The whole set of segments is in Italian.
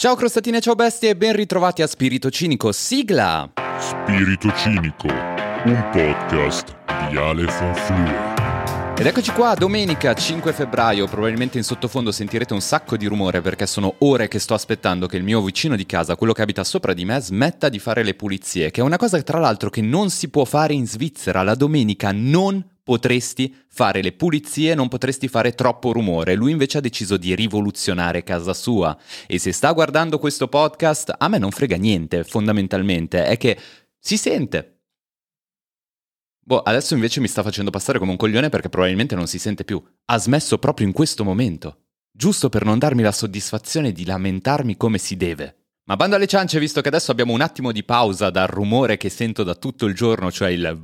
Ciao crostatine, ciao bestie e ben ritrovati a Spirito Cinico, sigla! Spirito Cinico, un podcast di Aleph Fleur. Ed eccoci qua, domenica 5 febbraio, probabilmente in sottofondo sentirete un sacco di rumore perché sono ore che sto aspettando che il mio vicino di casa, quello che abita sopra di me, smetta di fare le pulizie, che è una cosa tra l'altro che non si può fare in Svizzera, la domenica non potresti fare le pulizie, non potresti fare troppo rumore. Lui invece ha deciso di rivoluzionare casa sua e se sta guardando questo podcast a me non frega niente, fondamentalmente, è che si sente. Adesso invece mi sta facendo passare come un coglione perché probabilmente non si sente più. Ha smesso proprio in questo momento, giusto per non darmi la soddisfazione di lamentarmi come si deve. Ma bando alle ciance, visto che adesso abbiamo un attimo di pausa dal rumore che sento da tutto il giorno, cioè il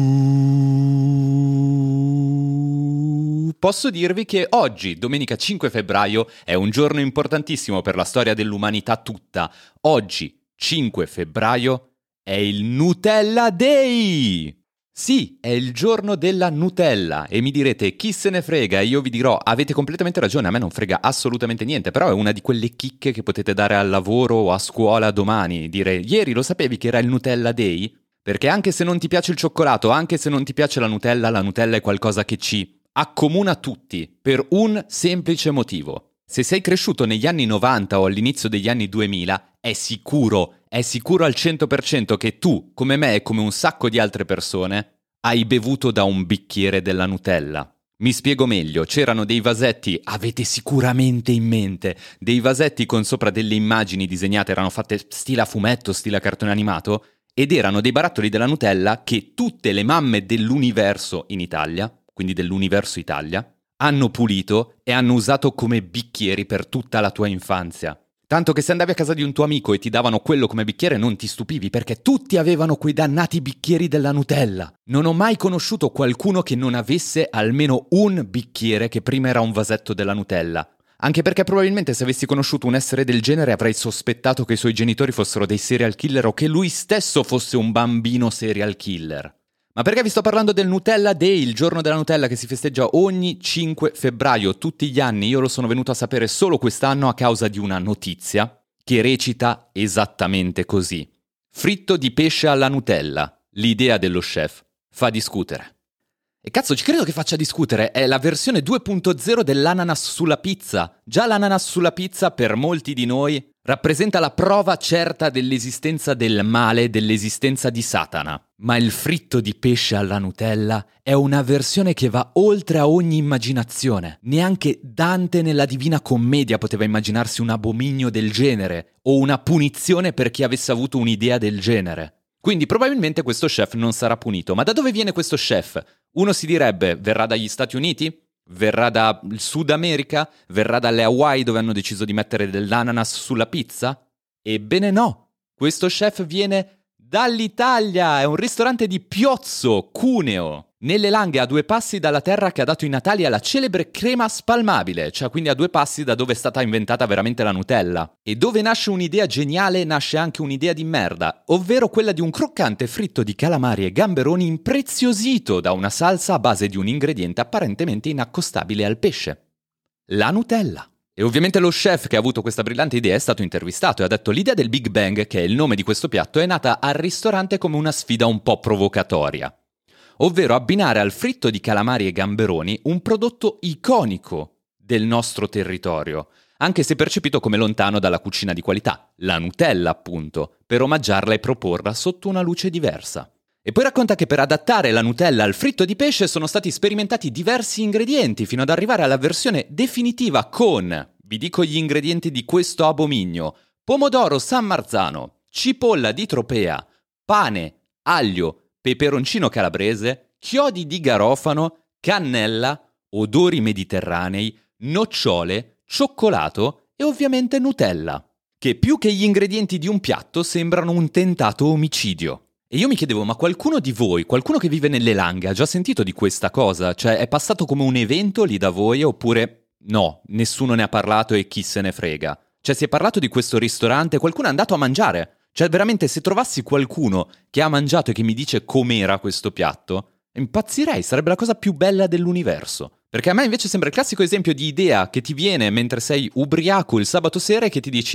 posso dirvi che oggi, domenica 5 febbraio, è un giorno importantissimo per la storia dell'umanità tutta. Oggi, 5 febbraio, è il Nutella Day! Sì, è il giorno della Nutella e mi direte chi se ne frega e io vi dirò avete completamente ragione, a me non frega assolutamente niente, però è una di quelle chicche che potete dare al lavoro o a scuola domani, dire ieri lo sapevi che era il Nutella Day? Perché anche se non ti piace il cioccolato, anche se non ti piace la Nutella è qualcosa che ci accomuna tutti per un semplice motivo. Se sei cresciuto negli anni 90 o all'inizio degli anni 2000, è sicuro al 100% che tu, come me e come un sacco di altre persone, hai bevuto da un bicchiere della Nutella. Mi spiego meglio, c'erano dei vasetti, avete sicuramente in mente, dei vasetti con sopra delle immagini disegnate, erano fatte stile a fumetto, stile a cartone animato, ed erano dei barattoli della Nutella che tutte le mamme dell'universo in Italia, quindi dell'universo Italia, hanno pulito e hanno usato come bicchieri per tutta la tua infanzia. Tanto che se andavi a casa di un tuo amico e ti davano quello come bicchiere non ti stupivi perché tutti avevano quei dannati bicchieri della Nutella. Non ho mai conosciuto qualcuno che non avesse almeno un bicchiere che prima era un vasetto della Nutella. Anche perché probabilmente se avessi conosciuto un essere del genere avrei sospettato che i suoi genitori fossero dei serial killer o che lui stesso fosse un bambino serial killer. Ma perché vi sto parlando del Nutella Day, il giorno della Nutella che si festeggia ogni 5 febbraio, tutti gli anni? Io lo sono venuto a sapere solo quest'anno a causa di una notizia che recita esattamente così. Fritto di pesce alla Nutella, l'idea dello chef fa discutere. E cazzo, ci credo che faccia discutere, è la versione 2.0 dell'ananas sulla pizza. Già l'ananas sulla pizza per molti di noi rappresenta la prova certa dell'esistenza del male, dell'esistenza di Satana. Ma il fritto di pesce alla Nutella è una versione che va oltre a ogni immaginazione. Neanche Dante nella Divina Commedia poteva immaginarsi un abominio del genere o una punizione per chi avesse avuto un'idea del genere. Quindi probabilmente questo chef non sarà punito. Ma da dove viene questo chef? Uno si direbbe, verrà dagli Stati Uniti? Verrà dal Sud America? Verrà dalle Hawaii dove hanno deciso di mettere dell'ananas sulla pizza? Ebbene no, questo chef viene dall'Italia, è un ristorante di Piozzo, Cuneo, nelle Langhe, a 2 passi dalla terra che ha dato i natali alla celebre crema spalmabile, cioè quindi a 2 passi da dove è stata inventata veramente la Nutella. E dove nasce un'idea geniale nasce anche un'idea di merda, ovvero quella di un croccante fritto di calamari e gamberoni impreziosito da una salsa a base di un ingrediente apparentemente inaccostabile al pesce: la Nutella. E ovviamente lo chef che ha avuto questa brillante idea è stato intervistato e ha detto l'idea del Big Bang, che è il nome di questo piatto, è nata al ristorante come una sfida un po' provocatoria, ovvero abbinare al fritto di calamari e gamberoni un prodotto iconico del nostro territorio, anche se percepito come lontano dalla cucina di qualità, la Nutella appunto, per omaggiarla e proporla sotto una luce diversa. E poi racconta che per adattare la Nutella al fritto di pesce sono stati sperimentati diversi ingredienti fino ad arrivare alla versione definitiva con, vi dico gli ingredienti di questo abominio: pomodoro San Marzano, cipolla di Tropea, pane, aglio, peperoncino calabrese, chiodi di garofano, cannella, odori mediterranei, nocciole, cioccolato e ovviamente Nutella, che più che gli ingredienti di un piatto sembrano un tentato omicidio. E io mi chiedevo, ma qualcuno di voi, qualcuno che vive nelle Langhe, ha già sentito di questa cosa? Cioè, è passato come un evento lì da voi oppure no, nessuno ne ha parlato e chi se ne frega? Cioè, si è parlato di questo ristorante, qualcuno è andato a mangiare? Cioè, veramente, se trovassi qualcuno che ha mangiato e che mi dice com'era questo piatto, impazzirei, sarebbe la cosa più bella dell'universo. Perché a me invece sembra il classico esempio di idea che ti viene mentre sei ubriaco il sabato sera e che ti dici: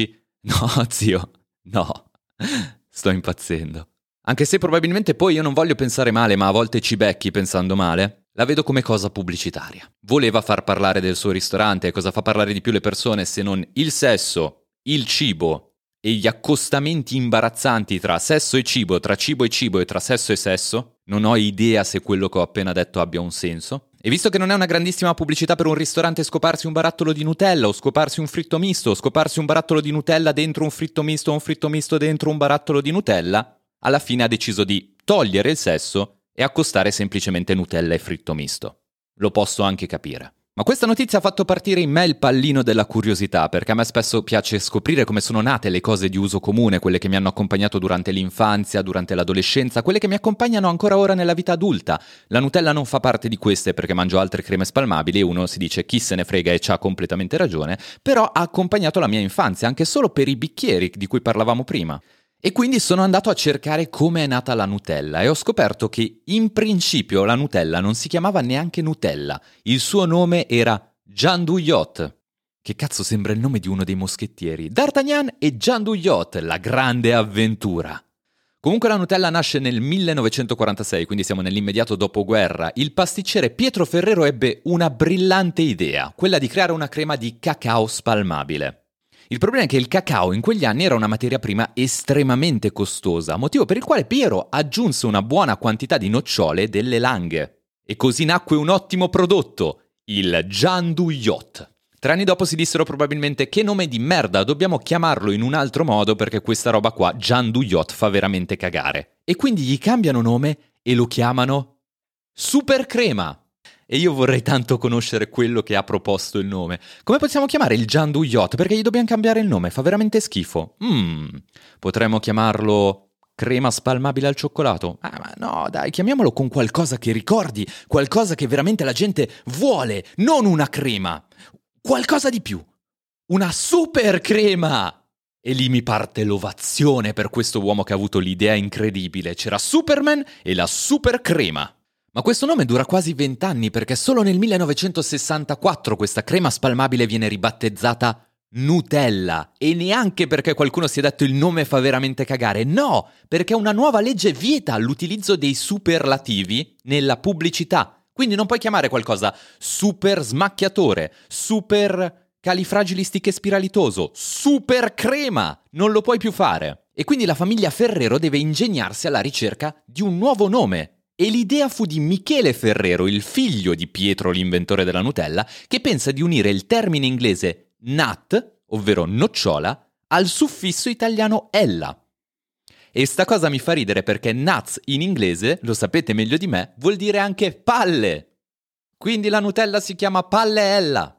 No, zio, no, sto impazzendo. Anche se probabilmente poi io non voglio pensare male, ma a volte ci becchi pensando male, la vedo come cosa pubblicitaria. Voleva far parlare del suo ristorante, e cosa fa parlare di più le persone se non il sesso, il cibo e gli accostamenti imbarazzanti tra sesso e cibo e tra sesso e sesso? Non ho idea se quello che ho appena detto abbia un senso. E visto che non è una grandissima pubblicità per un ristorante scoparsi un barattolo di Nutella o scoparsi un fritto misto o scoparsi un barattolo di Nutella dentro un fritto misto o un fritto misto dentro un barattolo di Nutella, alla fine ha deciso di togliere il sesso e accostare semplicemente Nutella e fritto misto. Lo posso anche capire. Ma questa notizia ha fatto partire in me il pallino della curiosità, perché a me spesso piace scoprire come sono nate le cose di uso comune, quelle che mi hanno accompagnato durante l'infanzia, durante l'adolescenza, quelle che mi accompagnano ancora ora nella vita adulta. La Nutella non fa parte di queste perché mangio altre creme spalmabili e uno si dice chi se ne frega e c'ha completamente ragione, però ha accompagnato la mia infanzia, anche solo per i bicchieri di cui parlavamo prima. E quindi sono andato a cercare come è nata la Nutella e ho scoperto che in principio la Nutella non si chiamava neanche Nutella, il suo nome era Giandouillotte. Che cazzo, sembra il nome di uno dei moschettieri. D'Artagnan e Giandouillotte, la grande avventura. Comunque la Nutella nasce nel 1946, quindi siamo nell'immediato dopoguerra. Il pasticcere Pietro Ferrero ebbe una brillante idea, quella di creare una crema di cacao spalmabile. Il problema è che il cacao in quegli anni era una materia prima estremamente costosa, motivo per il quale Piero aggiunse una buona quantità di nocciole delle langhe. E così nacque un ottimo prodotto, il Giandouillotte. 3 anni dopo si dissero probabilmente che nome di merda, dobbiamo chiamarlo in un altro modo perché questa roba qua, Giandouillotte, fa veramente cagare. E quindi gli cambiano nome e lo chiamano Super Crema. E io vorrei tanto conoscere quello che ha proposto il nome. Come possiamo chiamare il Giandouillotte? Perché gli dobbiamo cambiare il nome, fa veramente schifo. Potremmo chiamarlo crema spalmabile al cioccolato? Ah, ma no, dai, chiamiamolo con qualcosa che ricordi, qualcosa che veramente la gente vuole, non una crema. Qualcosa di più. Una super crema! E lì mi parte l'ovazione per questo uomo che ha avuto l'idea incredibile. C'era Superman e la super crema. Ma questo nome dura quasi 20 anni perché solo nel 1964 questa crema spalmabile viene ribattezzata Nutella. E neanche perché qualcuno si è detto il nome fa veramente cagare, no! Perché una nuova legge vieta l'utilizzo dei superlativi nella pubblicità. Quindi non puoi chiamare qualcosa super smacchiatore, super califragilistichespiralitoso, super crema! Non lo puoi più fare. E quindi la famiglia Ferrero deve ingegnarsi alla ricerca di un nuovo nome. E l'idea fu di Michele Ferrero, il figlio di Pietro, l'inventore della Nutella, che pensa di unire il termine inglese nut, ovvero nocciola, al suffisso italiano ella. E sta cosa mi fa ridere perché nuts in inglese, lo sapete meglio di me, vuol dire anche palle. Quindi la Nutella si chiama Palleella.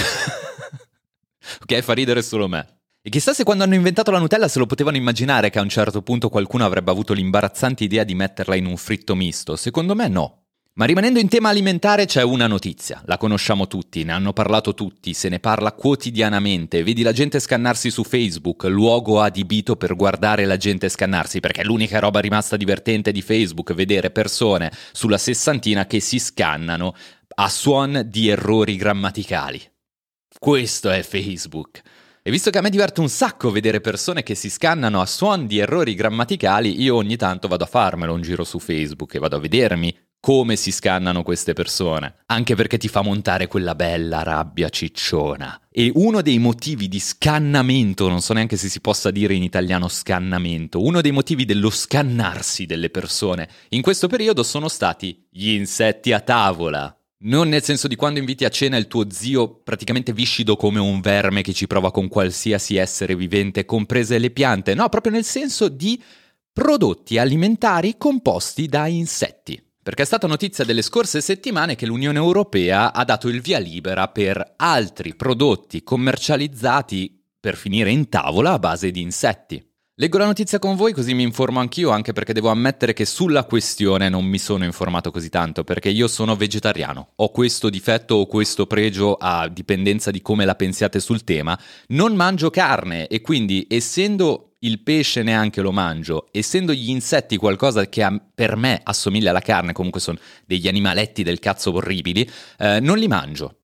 Ok, fa ridere solo me. E chissà se quando hanno inventato la Nutella se lo potevano immaginare che a un certo punto qualcuno avrebbe avuto l'imbarazzante idea di metterla in un fritto misto. Secondo me no. Ma rimanendo in tema alimentare c'è una notizia. La conosciamo tutti, ne hanno parlato tutti, se ne parla quotidianamente. Vedi la gente scannarsi su Facebook, luogo adibito per guardare la gente scannarsi, perché è l'unica roba rimasta divertente di Facebook, vedere persone sulla sessantina che si scannano a suon di errori grammaticali. Questo è Facebook. E visto che a me diverte un sacco vedere persone che si scannano a suon di errori grammaticali, io ogni tanto vado a farmelo un giro su Facebook e vado a vedermi come si scannano queste persone. Anche perché ti fa montare quella bella rabbia cicciona. E uno dei motivi di scannamento, non so neanche se si possa dire in italiano scannamento, uno dei motivi dello scannarsi delle persone in questo periodo sono stati gli insetti a tavola. Non nel senso di quando inviti a cena il tuo zio praticamente viscido come un verme che ci prova con qualsiasi essere vivente, comprese le piante. No, proprio nel senso di prodotti alimentari composti da insetti. Perché è stata notizia delle scorse settimane che l'Unione Europea ha dato il via libera per altri prodotti commercializzati per finire in tavola a base di insetti. Leggo la notizia con voi così mi informo anch'io, anche perché devo ammettere che sulla questione non mi sono informato così tanto, perché io sono vegetariano. Ho questo difetto o questo pregio a dipendenza di come la pensiate sul tema. Non mangio carne e quindi, essendo il pesce neanche lo mangio, essendo gli insetti qualcosa che per me assomiglia alla carne, comunque sono degli animaletti del cazzo orribili, non li mangio.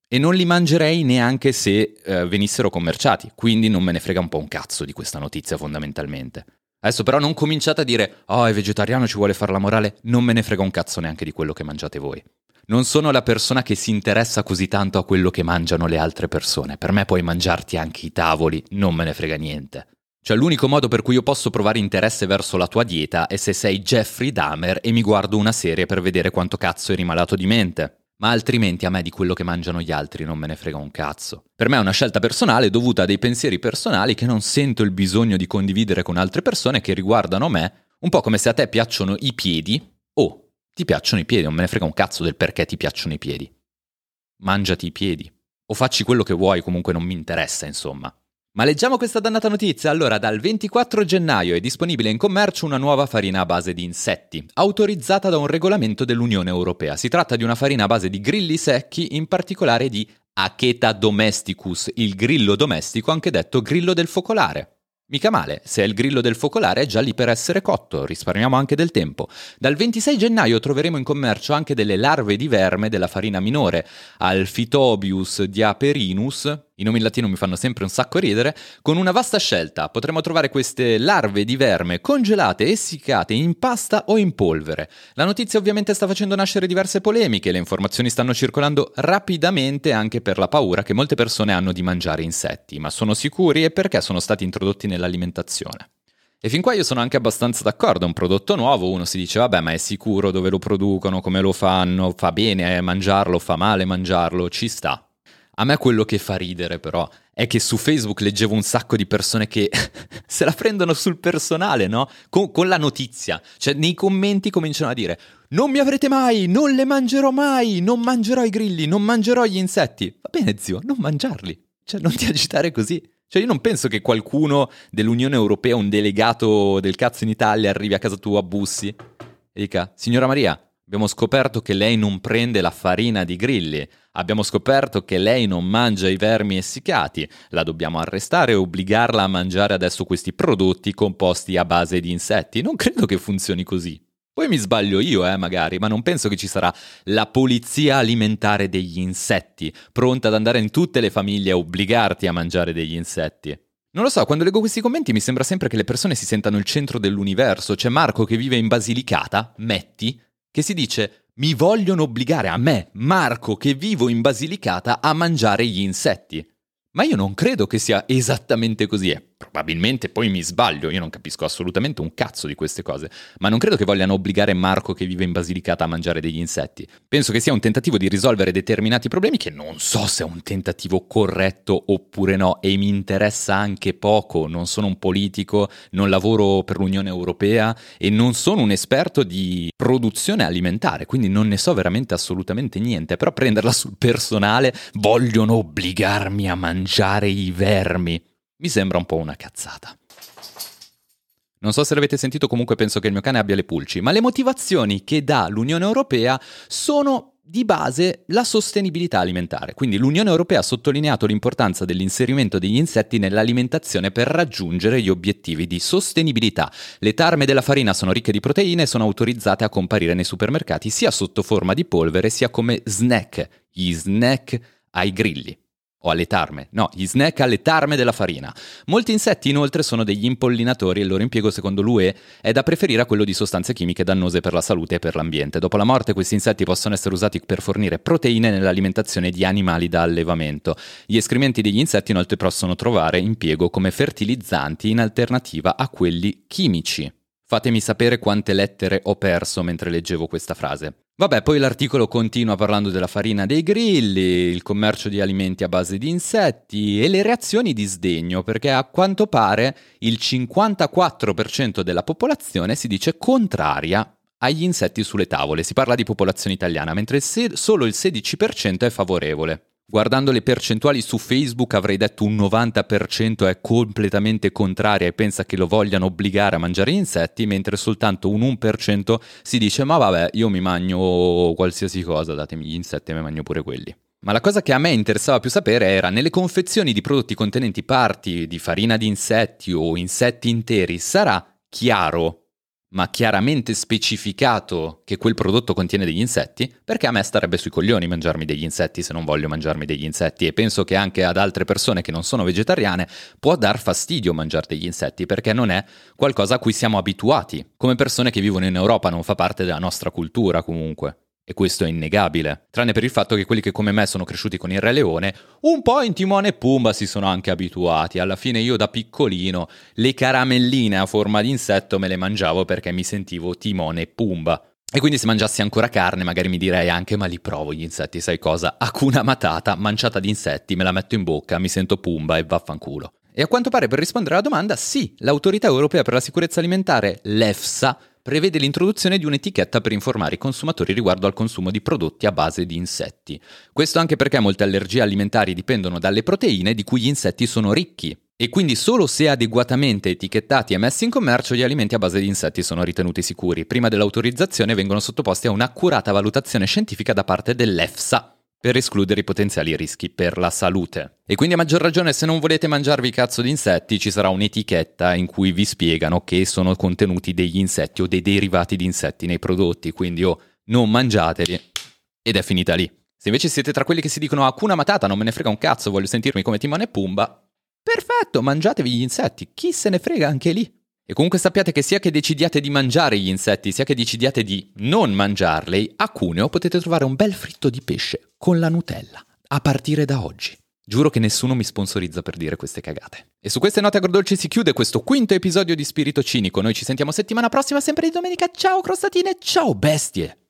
E non li mangerei neanche se venissero commerciati, quindi non me ne frega un po' un cazzo di questa notizia fondamentalmente. Adesso però non cominciate a dire «Oh, è vegetariano, ci vuole fare la morale», non me ne frega un cazzo neanche di quello che mangiate voi. Non sono la persona che si interessa così tanto a quello che mangiano le altre persone. Per me puoi mangiarti anche i tavoli, non me ne frega niente. Cioè l'unico modo per cui io posso provare interesse verso la tua dieta è se sei Jeffrey Dahmer e mi guardo una serie per vedere quanto cazzo eri malato di mente. Ma altrimenti a me di quello che mangiano gli altri non me ne frega un cazzo. Per me è una scelta personale dovuta a dei pensieri personali che non sento il bisogno di condividere con altre persone che riguardano me, un po' come se a te piacciono i piedi, ti piacciono i piedi, non me ne frega un cazzo del perché ti piacciono i piedi. Mangiati i piedi. O facci quello che vuoi, comunque non mi interessa, insomma. Ma leggiamo questa dannata notizia. Allora, dal 24 gennaio è disponibile in commercio una nuova farina a base di insetti, autorizzata da un regolamento dell'Unione Europea. Si tratta di una farina a base di grilli secchi, in particolare di Acheta domesticus, il grillo domestico, anche detto grillo del focolare. Mica male, se è il grillo del focolare è già lì per essere cotto, risparmiamo anche del tempo. Dal 26 gennaio troveremo in commercio anche delle larve di verme della farina minore, Alphitobius diaperinus, i nomi in latino mi fanno sempre un sacco ridere, con una vasta scelta. Potremo trovare queste larve di verme congelate, essiccate in pasta o in polvere. La notizia ovviamente sta facendo nascere diverse polemiche, le informazioni stanno circolando rapidamente anche per la paura che molte persone hanno di mangiare insetti, ma sono sicuri e perché sono stati introdotti nell'alimentazione. E fin qua io sono anche abbastanza d'accordo, è un prodotto nuovo, uno si dice vabbè ma è sicuro dove lo producono, come lo fanno, fa bene mangiarlo, fa male mangiarlo, ci sta. A me quello che fa ridere però è che su Facebook leggevo un sacco di persone che se la prendono sul personale, no? Con la notizia. Cioè nei commenti cominciano a dire non mi avrete mai, non le mangerò mai, non mangerò i grilli, non mangerò gli insetti. Va bene zio, non mangiarli. Cioè non ti agitare così. Cioè io non penso che qualcuno dell'Unione Europea, un delegato del cazzo in Italia, arrivi a casa tua, bussi e dica signora Maria, abbiamo scoperto che lei non prende la farina di grilli. Abbiamo scoperto che lei non mangia i vermi essiccati, la dobbiamo arrestare e obbligarla a mangiare adesso questi prodotti composti a base di insetti. Non credo che funzioni così. Poi mi sbaglio io, magari, ma non penso che ci sarà la polizia alimentare degli insetti, pronta ad andare in tutte le famiglie a obbligarti a mangiare degli insetti. Non lo so, quando leggo questi commenti mi sembra sempre che le persone si sentano il centro dell'universo. C'è Marco che vive in Basilicata, metti, che si dice mi vogliono obbligare a me, Marco, che vivo in Basilicata, a mangiare gli insetti. Ma io non credo che sia esattamente così. Probabilmente poi mi sbaglio, io non capisco assolutamente un cazzo di queste cose, ma non credo che vogliano obbligare Marco che vive in Basilicata a mangiare degli insetti. Penso che sia un tentativo di risolvere determinati problemi che non so se è un tentativo corretto oppure no, e mi interessa anche poco. Non sono un politico, non lavoro per l'Unione Europea e non sono un esperto di produzione alimentare, quindi non ne so veramente assolutamente niente, però prenderla sul personale, vogliono obbligarmi a mangiare i vermi. Mi sembra un po' una cazzata. Non so se l'avete sentito, comunque penso che il mio cane abbia le pulci, ma le motivazioni che dà l'Unione Europea sono di base la sostenibilità alimentare. Quindi l'Unione Europea ha sottolineato l'importanza dell'inserimento degli insetti nell'alimentazione per raggiungere gli obiettivi di sostenibilità. Le tarme della farina sono ricche di proteine e sono autorizzate a comparire nei supermercati sia sotto forma di polvere sia come snack, gli snack ai grilli. O alle tarme. No, gli snack alle tarme della farina. Molti insetti inoltre sono degli impollinatori e il loro impiego secondo l'UE è da preferire a quello di sostanze chimiche dannose per la salute e per l'ambiente. Dopo la morte questi insetti possono essere usati per fornire proteine nell'alimentazione di animali da allevamento. Gli escrementi degli insetti inoltre possono trovare impiego come fertilizzanti in alternativa a quelli chimici. Fatemi sapere quante lettere ho perso mentre leggevo questa frase. Vabbè, poi l'articolo continua parlando della farina dei grilli, il commercio di alimenti a base di insetti e le reazioni di sdegno, perché a quanto pare il 54% della popolazione si dice contraria agli insetti sulle tavole. Si parla di popolazione italiana, mentre solo il 16% è favorevole. Guardando le percentuali su Facebook avrei detto un 90% è completamente contraria e pensa che lo vogliano obbligare a mangiare insetti, mentre soltanto un 1% si dice ma vabbè, io mi mangio qualsiasi cosa, datemi gli insetti e mi mangio pure quelli. Ma la cosa che a me interessava più sapere era nelle confezioni di prodotti contenenti parti di farina di insetti o insetti interi sarà chiaro ma chiaramente specificato che quel prodotto contiene degli insetti, perché a me starebbe sui coglioni mangiarmi degli insetti se non voglio mangiarmi degli insetti, e penso che anche ad altre persone che non sono vegetariane può dar fastidio mangiare degli insetti, perché non è qualcosa a cui siamo abituati. Come persone che vivono in Europa non fa parte della nostra cultura comunque. E questo è innegabile, tranne per il fatto che quelli che come me sono cresciuti con il Re Leone, un po' in Timone e Pumba si sono anche abituati. Alla fine io da piccolino le caramelline a forma di insetto me le mangiavo perché mi sentivo Timone e Pumba. E quindi se mangiassi ancora carne magari mi direi anche ma li provo gli insetti, sai cosa? Hakuna Matata, manciata di insetti, me la metto in bocca, mi sento Pumba e vaffanculo. E a quanto pare per rispondere alla domanda, sì, l'Autorità Europea per la Sicurezza Alimentare, l'EFSA, prevede l'introduzione di un'etichetta per informare i consumatori riguardo al consumo di prodotti a base di insetti. Questo anche perché molte allergie alimentari dipendono dalle proteine di cui gli insetti sono ricchi. E quindi solo se adeguatamente etichettati e messi in commercio gli alimenti a base di insetti sono ritenuti sicuri. Prima dell'autorizzazione vengono sottoposti a un'accurata valutazione scientifica da parte dell'EFSA per escludere i potenziali rischi per la salute. E quindi a maggior ragione se non volete mangiarvi cazzo di insetti ci sarà un'etichetta in cui vi spiegano che sono contenuti degli insetti o dei derivati di insetti nei prodotti, quindi non mangiateli ed è finita lì. Se invece siete tra quelli che si dicono Hakuna Matata, non me ne frega un cazzo, voglio sentirmi come Timone e Pumba, perfetto, mangiatevi gli insetti, chi se ne frega anche lì. E comunque sappiate che sia che decidiate di mangiare gli insetti, sia che decidiate di non mangiarli, a Cuneo potete trovare un bel fritto di pesce con la Nutella, a partire da oggi. Giuro che nessuno mi sponsorizza per dire queste cagate. E su queste note agrodolci si chiude questo quinto episodio di Spirito Cinico. Noi ci sentiamo settimana prossima, sempre di domenica. Ciao crostatine, ciao bestie!